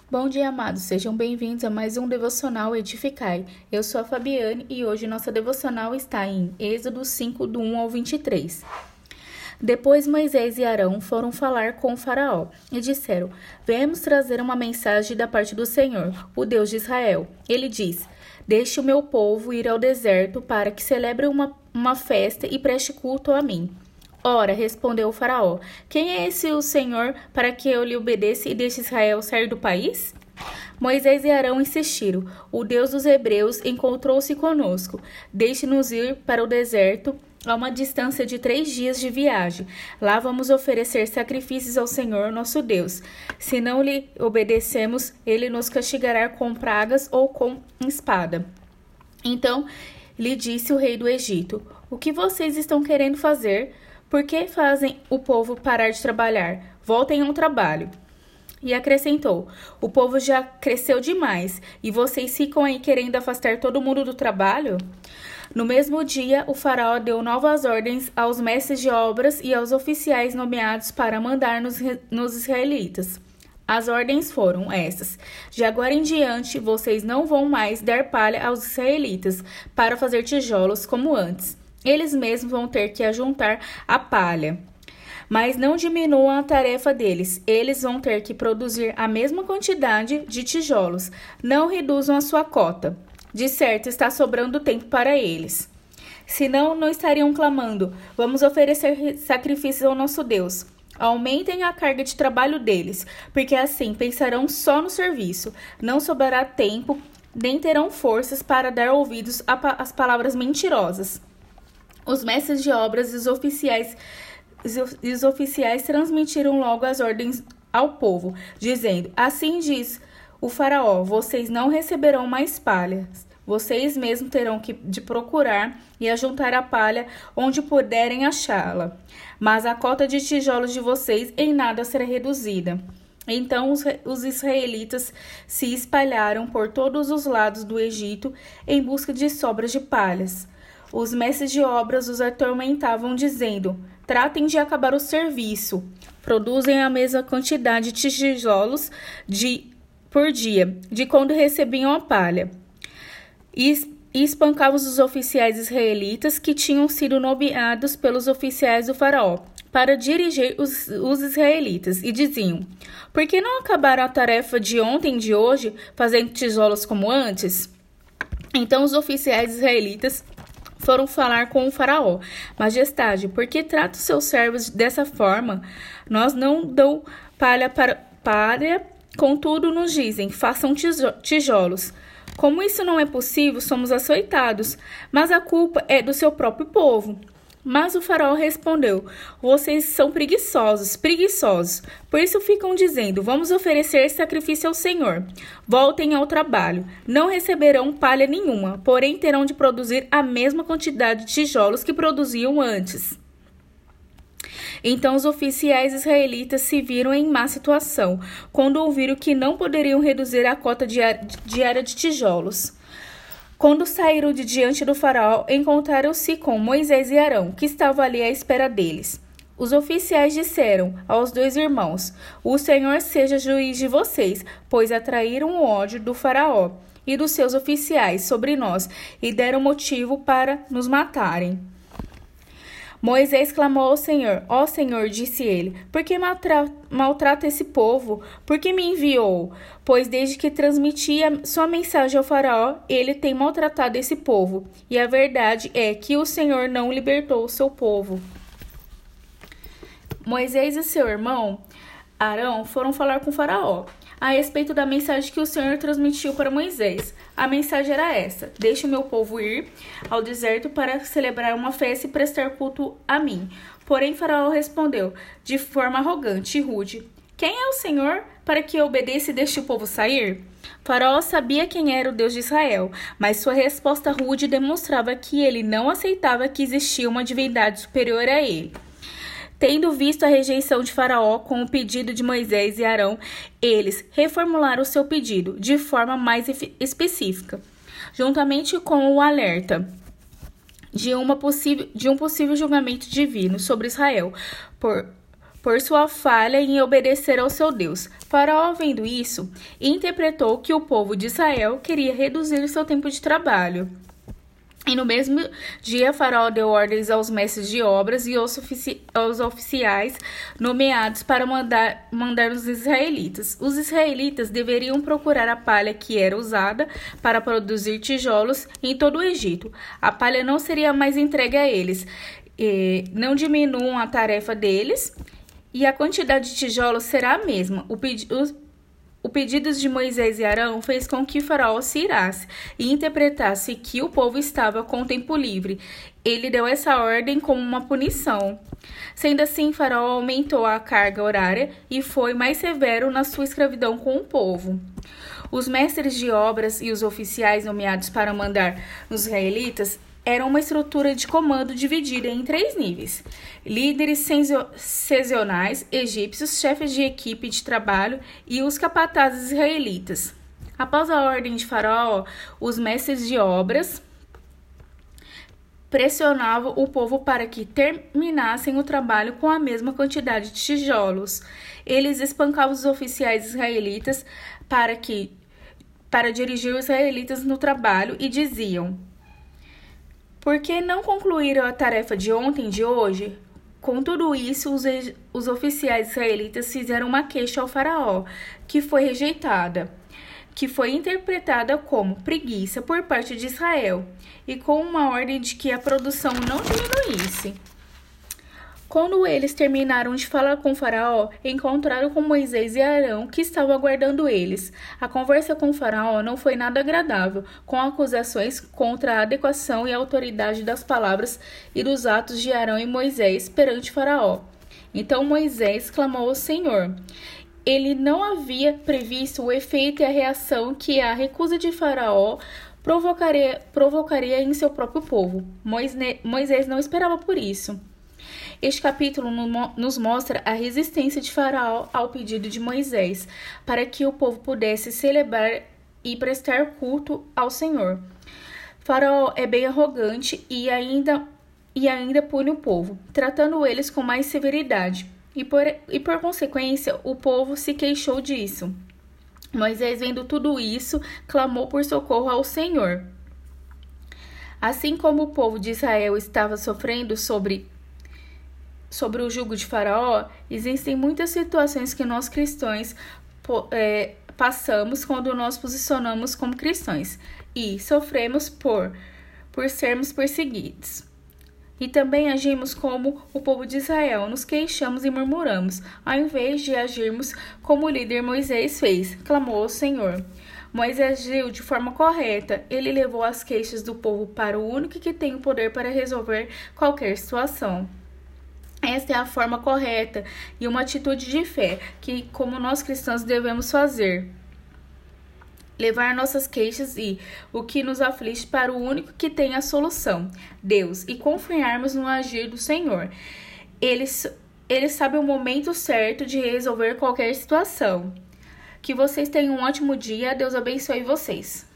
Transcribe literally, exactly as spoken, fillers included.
Bom dia, amados. Sejam bem-vindos a mais um Devocional Edificai. Eu sou a Fabiane e hoje nossa devocional está em Êxodo cinco, do um ao vinte e três. Depois Moisés e Arão foram falar com o faraó e disseram: Viemos trazer uma mensagem da parte do Senhor, o Deus de Israel. Ele diz: Deixe o meu povo ir ao deserto para que celebre uma, uma festa e preste culto a mim. Ora, respondeu o faraó, quem é esse o Senhor para que eu lhe obedeça e deixe Israel sair do país? Moisés e Arão insistiram, o Deus dos hebreus encontrou-se conosco. Deixe-nos ir para o deserto a uma distância de três dias de viagem. Lá vamos oferecer sacrifícios ao Senhor nosso Deus. Se não lhe obedecemos, ele nos castigará com pragas ou com espada. Então lhe disse o rei do Egito, o que vocês estão querendo fazer? Por que fazem o povo parar de trabalhar? Voltem ao trabalho. E acrescentou, o povo já cresceu demais, e vocês ficam aí querendo afastar todo mundo do trabalho? No mesmo dia, o faraó deu novas ordens aos mestres de obras e aos oficiais nomeados para mandar nos, nos israelitas. As ordens foram essas, de agora em diante, vocês não vão mais dar palha aos israelitas para fazer tijolos como antes. Eles mesmos vão ter que ajuntar a palha. Mas não diminuam a tarefa deles. Eles vão ter que produzir a mesma quantidade de tijolos. Não reduzam a sua cota. De certo, está sobrando tempo para eles. Senão, não estariam clamando, vamos oferecer sacrifícios ao nosso Deus. Aumentem a carga de trabalho deles, porque assim pensarão só no serviço. Não sobrará tempo, nem terão forças para dar ouvidos às palavras mentirosas. Os mestres de obras e os oficiais, e os oficiais transmitiram logo as ordens ao povo, dizendo, assim diz o faraó, vocês não receberão mais palhas, vocês mesmos terão que de procurar e ajuntar a palha onde puderem achá-la, mas a cota de tijolos de vocês em nada será reduzida. Então os, os israelitas se espalharam por todos os lados do Egito em busca de sobras de palhas. Os mestres de obras os atormentavam, dizendo, tratem de acabar o serviço. Produzem a mesma quantidade de tijolos de, por dia, de quando recebiam a palha. E, e espancavam os oficiais israelitas que tinham sido nomeados pelos oficiais do faraó para dirigir os, os israelitas. E diziam, por que não acabaram a tarefa de ontem e de hoje, fazendo tijolos como antes? Então os oficiais israelitas foram falar com o faraó, majestade, por que trata os seus servos dessa forma? Nós não dão palha para palha, contudo nos dizem, façam tijolos. Como isso não é possível, somos açoitados, mas a culpa é do seu próprio povo. Mas o faraó respondeu, vocês são preguiçosos, preguiçosos, por isso ficam dizendo, vamos oferecer sacrifício ao Senhor. Voltem ao trabalho, não receberão palha nenhuma, porém terão de produzir a mesma quantidade de tijolos que produziam antes. Então os oficiais israelitas se viram em má situação, quando ouviram que não poderiam reduzir a cota diária de tijolos. Quando saíram de diante do faraó, encontraram-se com Moisés e Arão, que estavam ali à espera deles. Os oficiais disseram aos dois irmãos, o Senhor seja juiz de vocês, pois atraíram o ódio do faraó e dos seus oficiais sobre nós e deram motivo para nos matarem. Moisés clamou ao Senhor, ó Senhor, disse ele, por que maltra- maltrata esse povo? Por que me enviou? Pois desde que transmiti a sua mensagem ao faraó, ele tem maltratado esse povo. E a verdade é que o Senhor não libertou o seu povo. Moisés e seu irmão, Arão, foram falar com o faraó a respeito da mensagem que o Senhor transmitiu para Moisés. A mensagem era essa, deixe o meu povo ir ao deserto para celebrar uma festa e prestar culto a mim. Porém, faraó respondeu, de forma arrogante e rude, quem é o Senhor para que eu obedeça e deixe o povo sair? Faraó sabia quem era o Deus de Israel, mas sua resposta rude demonstrava que ele não aceitava que existia uma divindade superior a ele. Tendo visto a rejeição de Faraó com o pedido de Moisés e Arão, eles reformularam o seu pedido de forma mais específica, juntamente com o alerta de, uma possível, de um possível julgamento divino sobre Israel por, por sua falha em obedecer ao seu Deus. Faraó, vendo isso, interpretou que o povo de Israel queria reduzir seu tempo de trabalho. E no mesmo dia, Faraó deu ordens aos mestres de obras e aos, ofici aos oficiais nomeados para mandar, mandar os israelitas. Os israelitas deveriam procurar a palha que era usada para produzir tijolos em todo o Egito. A palha não seria mais entregue a eles. E não diminuam a tarefa deles e a quantidade de tijolos será a mesma. O pedido O pedido de Moisés e Arão fez com que Faraó se irasse e interpretasse que o povo estava com tempo livre. Ele deu essa ordem como uma punição. Sendo assim, Faraó aumentou a carga horária e foi mais severo na sua escravidão com o povo. Os mestres de obras e os oficiais nomeados para mandar nos israelitas era uma estrutura de comando dividida em três níveis: líderes sazonais egípcios, chefes de equipe de trabalho e os capatazes israelitas. Após a ordem de Faraó, os mestres de obras pressionavam o povo para que terminassem o trabalho com a mesma quantidade de tijolos. Eles espancavam os oficiais israelitas para que para dirigir os israelitas no trabalho e diziam: por que não concluíram a tarefa de ontem e de hoje? Com tudo isso, os, os oficiais israelitas fizeram uma queixa ao faraó, que foi rejeitada, que foi interpretada como preguiça por parte de Israel, e com uma ordem de que a produção não diminuísse. Quando eles terminaram de falar com o faraó, encontraram com Moisés e Arão, que estavam aguardando eles. A conversa com o faraó não foi nada agradável, com acusações contra a adequação e a autoridade das palavras e dos atos de Arão e Moisés perante o faraó. Então Moisés clamou ao Senhor. Ele não havia previsto o efeito e a reação que a recusa de faraó provocaria, provocaria em seu próprio povo. Moisés não esperava por isso. Este capítulo nos mostra a resistência de Faraó ao pedido de Moisés, para que o povo pudesse celebrar e prestar culto ao Senhor. Faraó é bem arrogante e ainda, e ainda pune o povo, tratando eles com mais severidade, e por, e por consequência o povo se queixou disso. Moisés, vendo tudo isso, clamou por socorro ao Senhor. Assim como o povo de Israel estava sofrendo sobre Sobre o jugo de Faraó, existem muitas situações que nós cristãos é, passamos quando nós posicionamos como cristãos e sofremos por, por sermos perseguidos. E também agimos como o povo de Israel, nos queixamos e murmuramos, ao invés de agirmos como o líder Moisés fez, clamou ao Senhor. Moisés agiu de forma correta, ele levou as queixas do povo para o único que tem o poder para resolver qualquer situação. Esta é a forma correta e uma atitude de fé que, como nós cristãos, devemos fazer. Levar nossas queixas e o que nos aflige para o único que tem a solução, Deus, e confiarmos no agir do Senhor. Ele, ele sabe o momento certo de resolver qualquer situação. Que vocês tenham um ótimo dia. Deus abençoe vocês.